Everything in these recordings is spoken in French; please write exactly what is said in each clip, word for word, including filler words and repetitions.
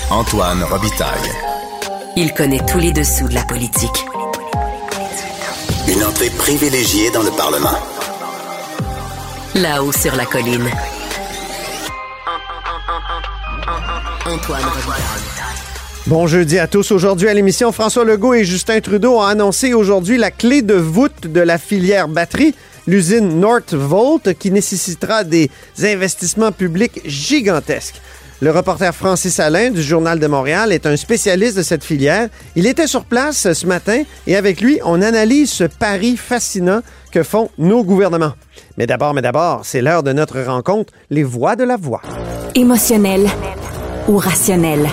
Antoine Robitaille. Il connaît tous les dessous de la politique. Une entrée privilégiée dans le Parlement. Là-haut sur la colline. Antoine Robitaille. Bon jeudi à tous. Aujourd'hui à l'émission, François Legault et Justin Trudeau ont annoncé aujourd'hui la clé de voûte de la filière batterie, l'usine Northvolt, qui nécessitera des investissements publics gigantesques. Le reporter Francis Alain du Journal de Montréal est un spécialiste de cette filière. Il était sur place ce matin et avec lui, on analyse ce pari fascinant que font nos gouvernements. Mais d'abord, mais d'abord, c'est l'heure de notre rencontre, les voix de la voix. Émotionnel ou rationnel?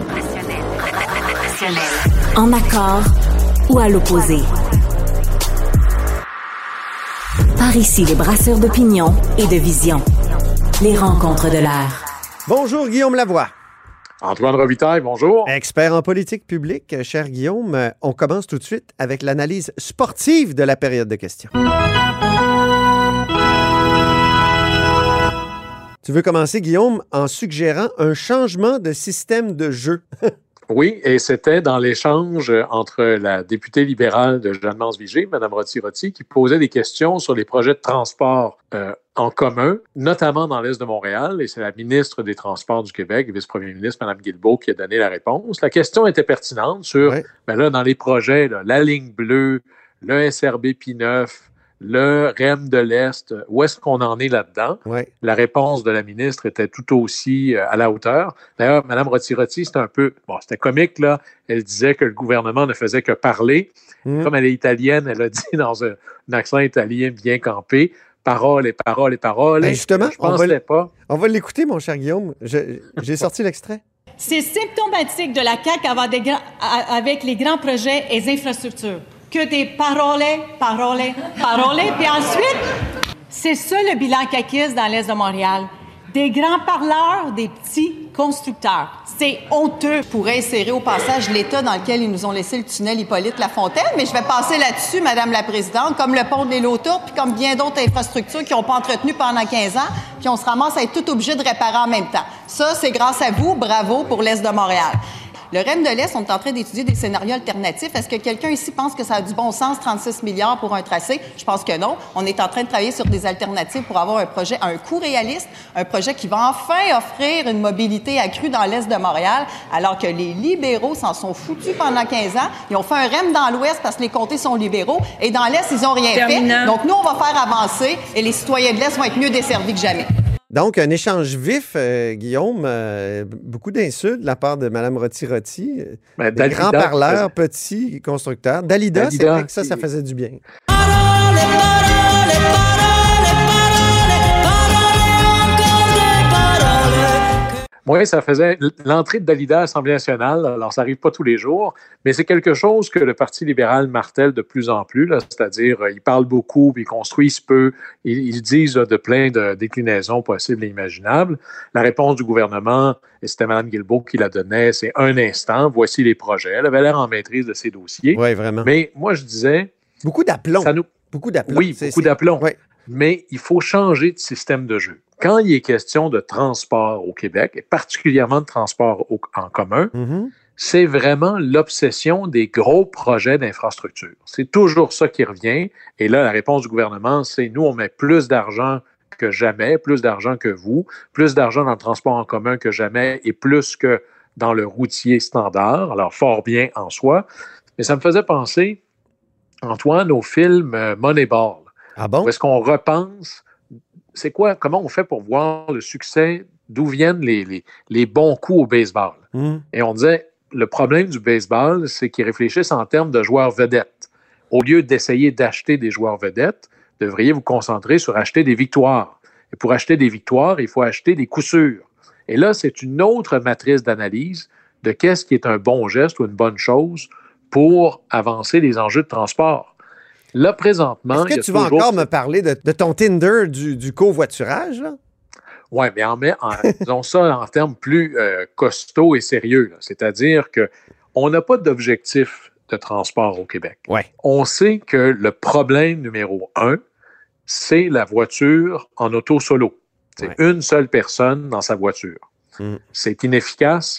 En accord ou à l'opposé? Par ici, les brasseurs d'opinion et de vision. Les rencontres de l'air. Bonjour Guillaume Lavoie. Antoine Robitaille, bonjour. Expert en politique publique, cher Guillaume, on commence tout de suite avec l'analyse sportive de la période de questions. Tu veux commencer, Guillaume, en suggérant un changement de système de jeu. Oui, et c'était dans l'échange entre la députée libérale de Jeanne-Mance-Vigée, Mme Roti-Roti, qui posait des questions sur les projets de transport euh, en commun, notamment dans l'Est de Montréal, et c'est la ministre des Transports du Québec, vice-premier ministre, Mme Guilbeault, qui a donné la réponse. La question était pertinente sur, ouais. ben là, dans les projets, là, la ligne bleue, le S R B P neuf, le R E M de l'Est, où est-ce qu'on en est là-dedans? Ouais. La réponse de la ministre était tout aussi euh, à la hauteur. D'ailleurs, Mme Roti-Roti, c'était un peu, bon, c'était comique, là. Elle disait que le gouvernement ne faisait que parler. Mmh. Comme elle est italienne, elle a dit dans un, un accent italien bien campé, paroles et paroles et paroles. Ben justement, je pensais on va, pas. On va l'écouter, mon cher Guillaume. Je, j'ai sorti l'extrait. C'est symptomatique de la C A Q avec les grands projets et les infrastructures. Que des paroles, paroles, paroles. Puis ensuite, c'est ça le bilan caquiste dans l'Est de Montréal. Des grands parleurs, des petits constructeurs. C'est honteux. Je pourrais insérer au passage l'état dans lequel ils nous ont laissé le tunnel Hippolyte-Lafontaine, mais je vais passer là-dessus, Madame la Présidente, comme le pont de l'île aux Tours, puis comme bien d'autres infrastructures qui n'ont pas entretenu pendant quinze ans, puis on se ramasse à être tout obligé de réparer en même temps. Ça, c'est grâce à vous. Bravo pour l'Est de Montréal. Le R E M de l'Est, on est en train d'étudier des scénarios alternatifs. Est-ce que quelqu'un ici pense que ça a du bon sens, trente-six milliards pour un tracé? Je pense que non. On est en train de travailler sur des alternatives pour avoir un projet à un coût réaliste, un projet qui va enfin offrir une mobilité accrue dans l'Est de Montréal, alors que les libéraux s'en sont foutus pendant quinze ans. Ils ont fait un R E M dans l'Ouest parce que les comtés sont libéraux, et dans l'Est, ils n'ont rien Terminant. fait. Donc, nous, on va faire avancer, et les citoyens de l'Est vont être mieux desservis que jamais. Donc, un échange vif, euh, Guillaume, euh, beaucoup d'insultes de la part de Mme Roti-Roti, euh, ben, des Dalida, grands parleurs, faisait... petits constructeurs. Dalida, Dalida c'est vrai que ça, qui... ça faisait du bien. Parole, parole, parole, parole, encore des paroles. Oui, ça faisait l'entrée de Dalida à l'Assemblée nationale. Alors, ça n'arrive pas tous les jours, mais c'est quelque chose que le Parti libéral martèle de plus en plus, là, c'est-à-dire ils parlent beaucoup, puis ils construisent peu, ils, ils disent là, de plein de déclinaisons possibles et imaginables. La réponse du gouvernement, et c'était Mme Guilbeault qui la donnait, c'est un instant, voici les projets. Elle avait l'air en maîtrise de ses dossiers. Oui, vraiment. Mais moi, je disais... Beaucoup d'aplomb. Ça nous... Beaucoup d'aplomb. Oui, c'est, beaucoup c'est... d'aplomb. Oui. Mais il faut changer de système de jeu. Quand il est question de transport au Québec, et particulièrement de transport au, en commun, mm-hmm. c'est vraiment l'obsession des gros projets d'infrastructure. C'est toujours ça qui revient. Et là, la réponse du gouvernement, c'est nous, on met plus d'argent que jamais, plus d'argent que vous, plus d'argent dans le transport en commun que jamais et plus que dans le routier standard. Alors, fort bien en soi. Mais ça me faisait penser, Antoine, au film Moneyball. Ah bon? Où est-ce qu'on repense, c'est quoi, comment on fait pour voir le succès, d'où viennent les, les, les bons coups au baseball? Mm. Et on disait, le problème du baseball, c'est qu'ils réfléchissent en termes de joueurs vedettes. Au lieu d'essayer d'acheter des joueurs vedettes, devriez vous concentrer sur acheter des victoires. Et pour acheter des victoires, il faut acheter des coups sûrs. Et là, c'est une autre matrice d'analyse de qu'est-ce qui est un bon geste ou une bonne chose pour avancer les enjeux de transport. Là, présentement... Est-ce que tu vas toujours... encore me parler de, de ton Tinder du, du covoiturage, là? Oui, mais en, en, disons ça en termes plus euh, costauds et sérieux. Là. C'est-à-dire qu'on n'a pas d'objectif de transport au Québec. Ouais. On sait que le problème numéro un, c'est la voiture en auto solo. C'est ouais. une seule personne dans sa voiture. Mm. C'est inefficace.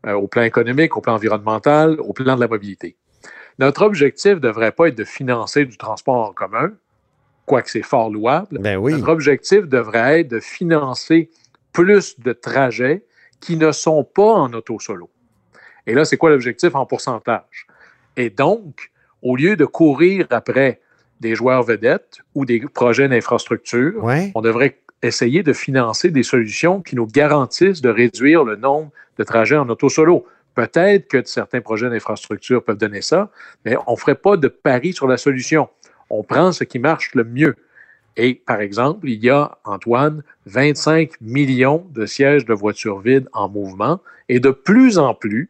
euh, au plan économique, au plan environnemental, au plan de la mobilité. Notre objectif ne devrait pas être de financer du transport en commun, quoique c'est fort louable. Ben oui. Notre objectif devrait être de financer plus de trajets qui ne sont pas en auto solo. Et là, c'est quoi l'objectif en pourcentage? Et donc, au lieu de courir après des joueurs vedettes ou des projets d'infrastructure, ouais. on devrait essayer de financer des solutions qui nous garantissent de réduire le nombre de trajets en auto solo. Peut-être que certains projets d'infrastructure peuvent donner ça, mais on ne ferait pas de pari sur la solution. On prend ce qui marche le mieux. Et, par exemple, il y a, Antoine, vingt-cinq millions de sièges de voitures vides en mouvement et de plus en plus,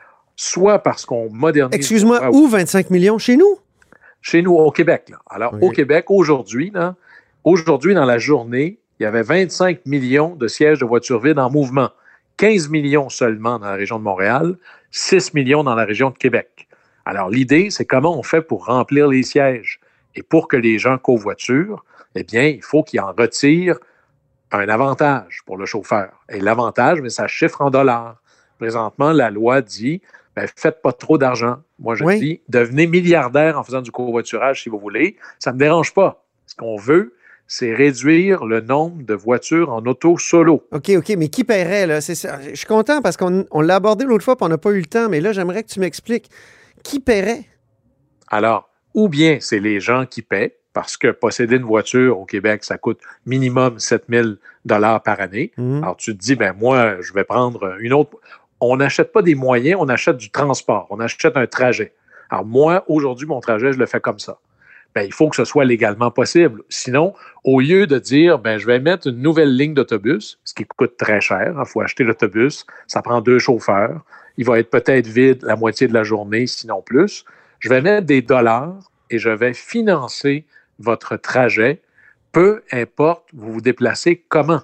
soit parce qu'on modernise... Excuse-moi, où vingt-cinq millions? Chez nous? Chez nous, au Québec. Là. Alors, okay. au Québec, aujourd'hui, là, aujourd'hui, dans la journée, il y avait vingt-cinq millions de sièges de voitures vides en mouvement. quinze millions seulement dans la région de Montréal, six millions dans la région de Québec. Alors, l'idée, c'est comment on fait pour remplir les sièges. Et pour que les gens covoiturent, eh bien, il faut qu'ils en retirent un avantage pour le chauffeur. Et l'avantage, mais ça chiffre en dollars. Présentement, la loi dit, ben, faites pas trop d'argent. Moi, je oui. dis, devenez milliardaire en faisant du covoiturage si vous voulez. Ça ne me dérange pas. Ce qu'on veut, c'est réduire le nombre de voitures en auto solo. OK, OK, mais qui paierait, là? C'est ça. Je suis content parce qu'on on l'a abordé l'autre fois et on n'a pas eu le temps, mais là, j'aimerais que tu m'expliques. Qui paierait? Alors, ou bien c'est les gens qui paient, parce que posséder une voiture au Québec, ça coûte minimum sept mille dollars par année. Mmh. Alors, tu te dis, ben moi, je vais prendre une autre... On n'achète pas des moyens, on achète du transport, on achète un trajet. Alors, moi, aujourd'hui, mon trajet, je le fais comme ça. Ben, il faut que ce soit légalement possible. Sinon, au lieu de dire, ben, je vais mettre une nouvelle ligne d'autobus, ce qui coûte très cher, il faut acheter l'autobus, ça prend deux chauffeurs, il va être peut-être vide la moitié de la journée, sinon plus. Je vais mettre des dollars et je vais financer votre trajet, peu importe vous vous déplacez comment.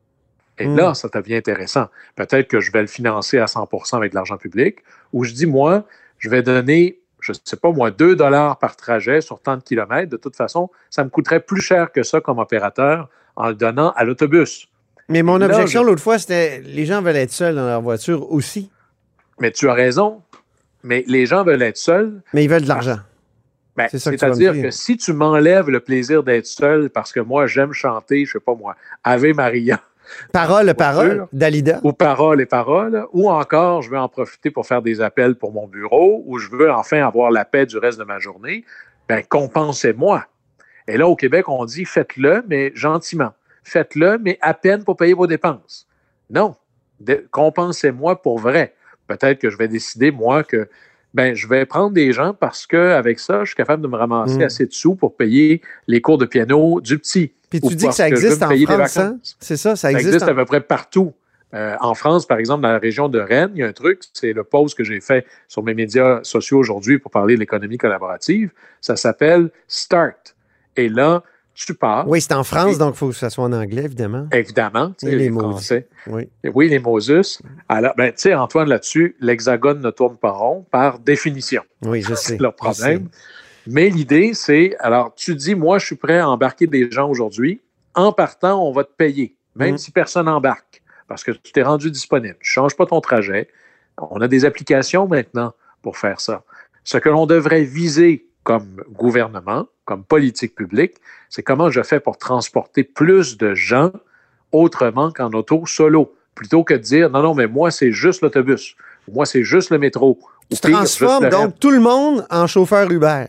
Et mmh. là, ça devient intéressant. Peut-être que je vais le financer à cent pour cent avec de l'argent public, ou je dis, moi, je vais donner, je ne sais pas moi, deux dollars par trajet sur tant de kilomètres. De toute façon, ça me coûterait plus cher que ça comme opérateur en le donnant à l'autobus. Mais mon là, objection je... l'autre fois, c'était les gens veulent être seuls dans leur voiture aussi. Mais tu as raison. Mais les gens veulent être seuls. Mais ils veulent de l'argent. Ben, c'est ça que c'est-à-dire que dire. si tu m'enlèves le plaisir d'être seul parce que moi, j'aime chanter, je sais pas moi, Ave Maria. Parole, voiture, parole, Dalida. Ou parole et parole. Ou encore, je veux en profiter pour faire des appels pour mon bureau, ou je veux enfin avoir la paix du reste de ma journée. Ben, compensez-moi. Et là, au Québec, on dit faites-le, mais gentiment. Faites-le, mais à peine pour payer vos dépenses. Non. De- compensez-moi pour vrai. Peut-être que je vais décider, moi, que ben, je vais prendre des gens parce qu'avec ça, je suis capable de me ramasser mmh. assez de sous pour payer les cours de piano du petit. Puis tu dis que ça existe en France, hein? C'est ça, ça existe. Ça existe en... à peu près partout. Euh, en France, par exemple, dans la région de Rennes, il y a un truc, c'est le post que j'ai fait sur mes médias sociaux aujourd'hui pour parler de l'économie collaborative. Ça s'appelle Start. Et là, tu pars. Oui, c'est en France, et... donc il faut que ça soit en anglais, évidemment. Évidemment. Et les, les Français. Oui. oui, les Moses. Alors, ben, tu sais, Antoine, là-dessus, l'hexagone ne tourne pas rond par définition. Oui, je sais. C'est leur problème. Mais l'idée, c'est, alors, tu dis, moi, je suis prêt à embarquer des gens aujourd'hui. En partant, on va te payer, même mmh. si personne n'embarque, parce que tu t'es rendu disponible. Tu ne changes pas ton trajet. On a des applications maintenant pour faire ça. Ce que l'on devrait viser comme gouvernement, comme politique publique, c'est comment je fais pour transporter plus de gens autrement qu'en auto solo, plutôt que de dire, non, non, mais moi, c'est juste l'autobus. Moi, c'est juste le métro. Tu transformes donc tout le monde en chauffeur Uber.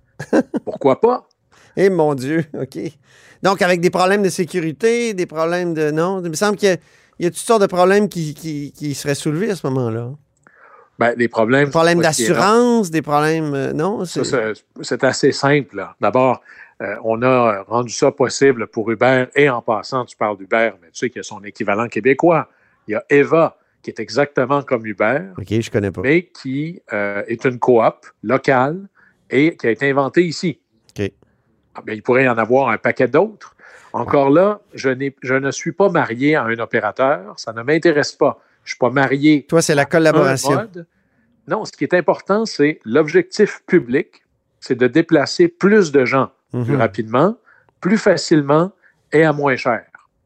Pourquoi pas? Eh mon Dieu, OK. Donc, avec des problèmes de sécurité, des problèmes de... Non, il me semble qu'il y a, il y a toutes sortes de problèmes qui, qui, qui seraient soulevés à ce moment-là. Bien, des problèmes... Des problèmes d'assurance, des problèmes... Euh, non, c'est... Ça, c'est, c'est assez simple, là. D'abord, euh, on a rendu ça possible pour Uber, et en passant, tu parles d'Uber, mais tu sais qu'il y a son équivalent québécois. Il y a Eva, qui est exactement comme Uber. OK, je connais pas. Mais qui euh, est une coop locale et qui a été inventée ici. OK. Ah bien, il pourrait y en avoir un paquet d'autres. Encore là, je, n'ai, je ne suis pas marié à un opérateur. Ça ne m'intéresse pas. Je ne suis pas marié. Toi, c'est la collaboration. Mode. Non, ce qui est important, c'est l'objectif public, c'est de déplacer plus de gens mm-hmm. plus rapidement, plus facilement et à moins cher.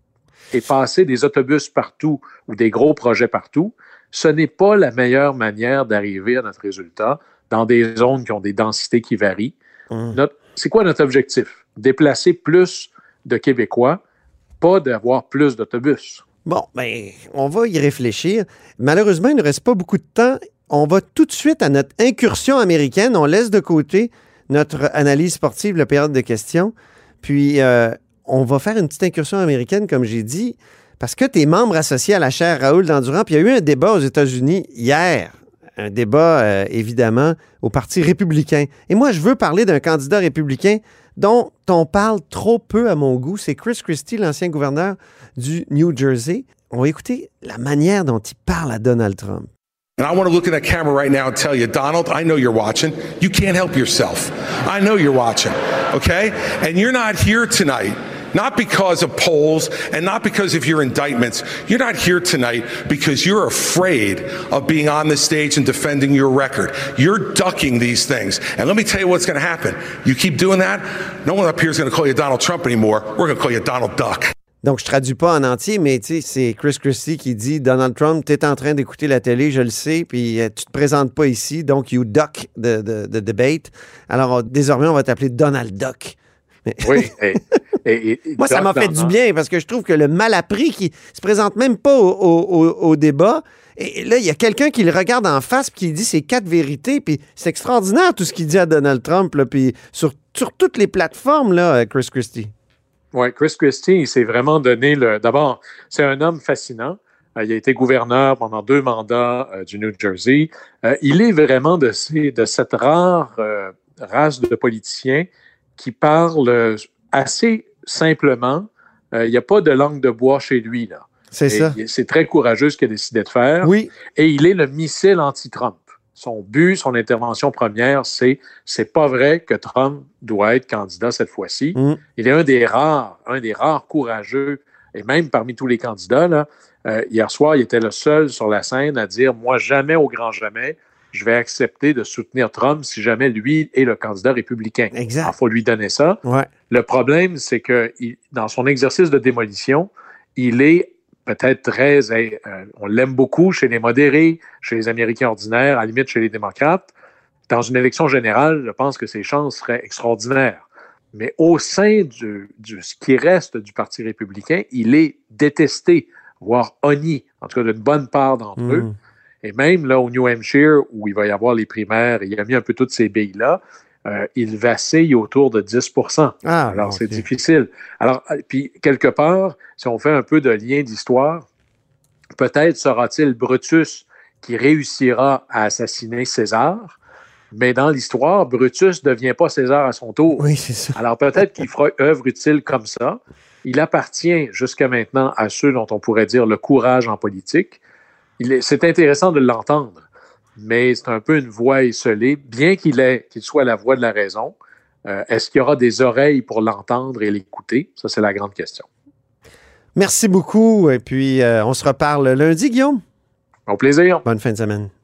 et passer des autobus partout ou des gros projets partout, ce n'est pas la meilleure manière d'arriver à notre résultat dans des zones qui ont des densités qui varient. Mmh. Notre, c'est quoi notre objectif? Déplacer plus de Québécois, pas d'avoir plus d'autobus. Bon, bien, on va y réfléchir. Malheureusement, il ne reste pas beaucoup de temps. On va tout de suite à notre incursion américaine. On laisse de côté notre analyse sportive, la période de questions. Puis, euh, on va faire une petite incursion américaine, comme j'ai dit, parce que tu es membre associé à la chaire Raoul Dandurand. Puis, il y a eu un débat aux États-Unis hier. Un débat, euh, évidemment, au Parti républicain. Et moi, je veux parler d'un candidat républicain dont on parle trop peu à mon goût. C'est Chris Christie, l'ancien gouverneur du New Jersey. On va écouter la manière dont il parle à Donald Trump. And I want to look at that camera right now and tell you, Donald, I know you're watching. You can't help yourself. I know you're watching, okay? And you're not here tonight, not because of polls and not because of your indictments. You're not here tonight because you're afraid of being on the stage and defending your record. You're ducking these things. And let me tell you what's going to happen. You keep doing that, no one up here is going to call you Donald Trump anymore. We're going to call you Donald Duck. Donc, je traduis pas en entier, mais tu sais, c'est Chris Christie qui dit « Donald Trump, tu es en train d'écouter la télé, je le sais, puis euh, tu te présentes pas ici, donc you duck the, the, the debate. Alors, on, désormais, on va t'appeler Donald Duck. » Oui. Et, et, et, Moi, ça m'a fait du bien, parce que je trouve que le mal appris qui se présente même pas au, au, au, au débat, et là, il y a quelqu'un qui le regarde en face puis qui dit ses quatre vérités, puis c'est extraordinaire tout ce qu'il dit à Donald Trump, là, puis sur, sur toutes les plateformes, là, Chris Christie. Oui, Chris Christie, il s'est vraiment donné le... D'abord, c'est un homme fascinant. Euh, il a été gouverneur pendant deux mandats euh, du New Jersey. Euh, il est vraiment de, ces, de cette rare euh, race de politiciens qui parlent euh, assez simplement. Euh, il n'y a pas de langue de bois chez lui, là. C'est Et ça. Il, c'est très courageux ce qu'il a décidé de faire. Oui. Et il est le missile anti-Trump. Son but, son intervention première, c'est c'est pas vrai que Trump doit être candidat cette fois-ci. Mm. Il est un des rares, un des rares courageux, et même parmi tous les candidats, là, euh, hier soir, il était le seul sur la scène à dire « Moi, jamais au grand jamais, je vais accepter de soutenir Trump si jamais lui est le candidat républicain. » Exact. Il faut lui donner ça. Ouais. Le problème, c'est que il, dans son exercice de démolition, il est peut-être très... Euh, on l'aime beaucoup chez les modérés, chez les Américains ordinaires, à la limite chez les démocrates. Dans une élection générale, je pense que ses chances seraient extraordinaires. Mais au sein du, du ce qui reste du Parti républicain, il est détesté, voire honni, en tout cas d'une bonne part d'entre mmh. eux. Et même là au New Hampshire, où il va y avoir les primaires, il a mis un peu toutes ces billes-là, Euh, il vacille autour de dix pour cent. Ah, Alors, okay. c'est difficile. Alors, puis, quelque part, si on fait un peu de lien d'histoire, peut-être sera-t-il Brutus qui réussira à assassiner César, mais dans l'histoire, Brutus ne devient pas César à son tour. Oui, c'est ça. Alors, peut-être qu'il fera œuvre utile comme ça. Il appartient jusqu'à maintenant à ceux dont on pourrait dire le courage en politique. Il est, c'est intéressant de l'entendre. Mais c'est un peu une voix esselée, bien qu'il ait, qu'il soit la voix de la raison. Euh, est-ce qu'il y aura des oreilles pour l'entendre et l'écouter? Ça, c'est la grande question. Merci beaucoup. Et puis, euh, on se reparle lundi, Guillaume. Au plaisir. Bonne fin de semaine.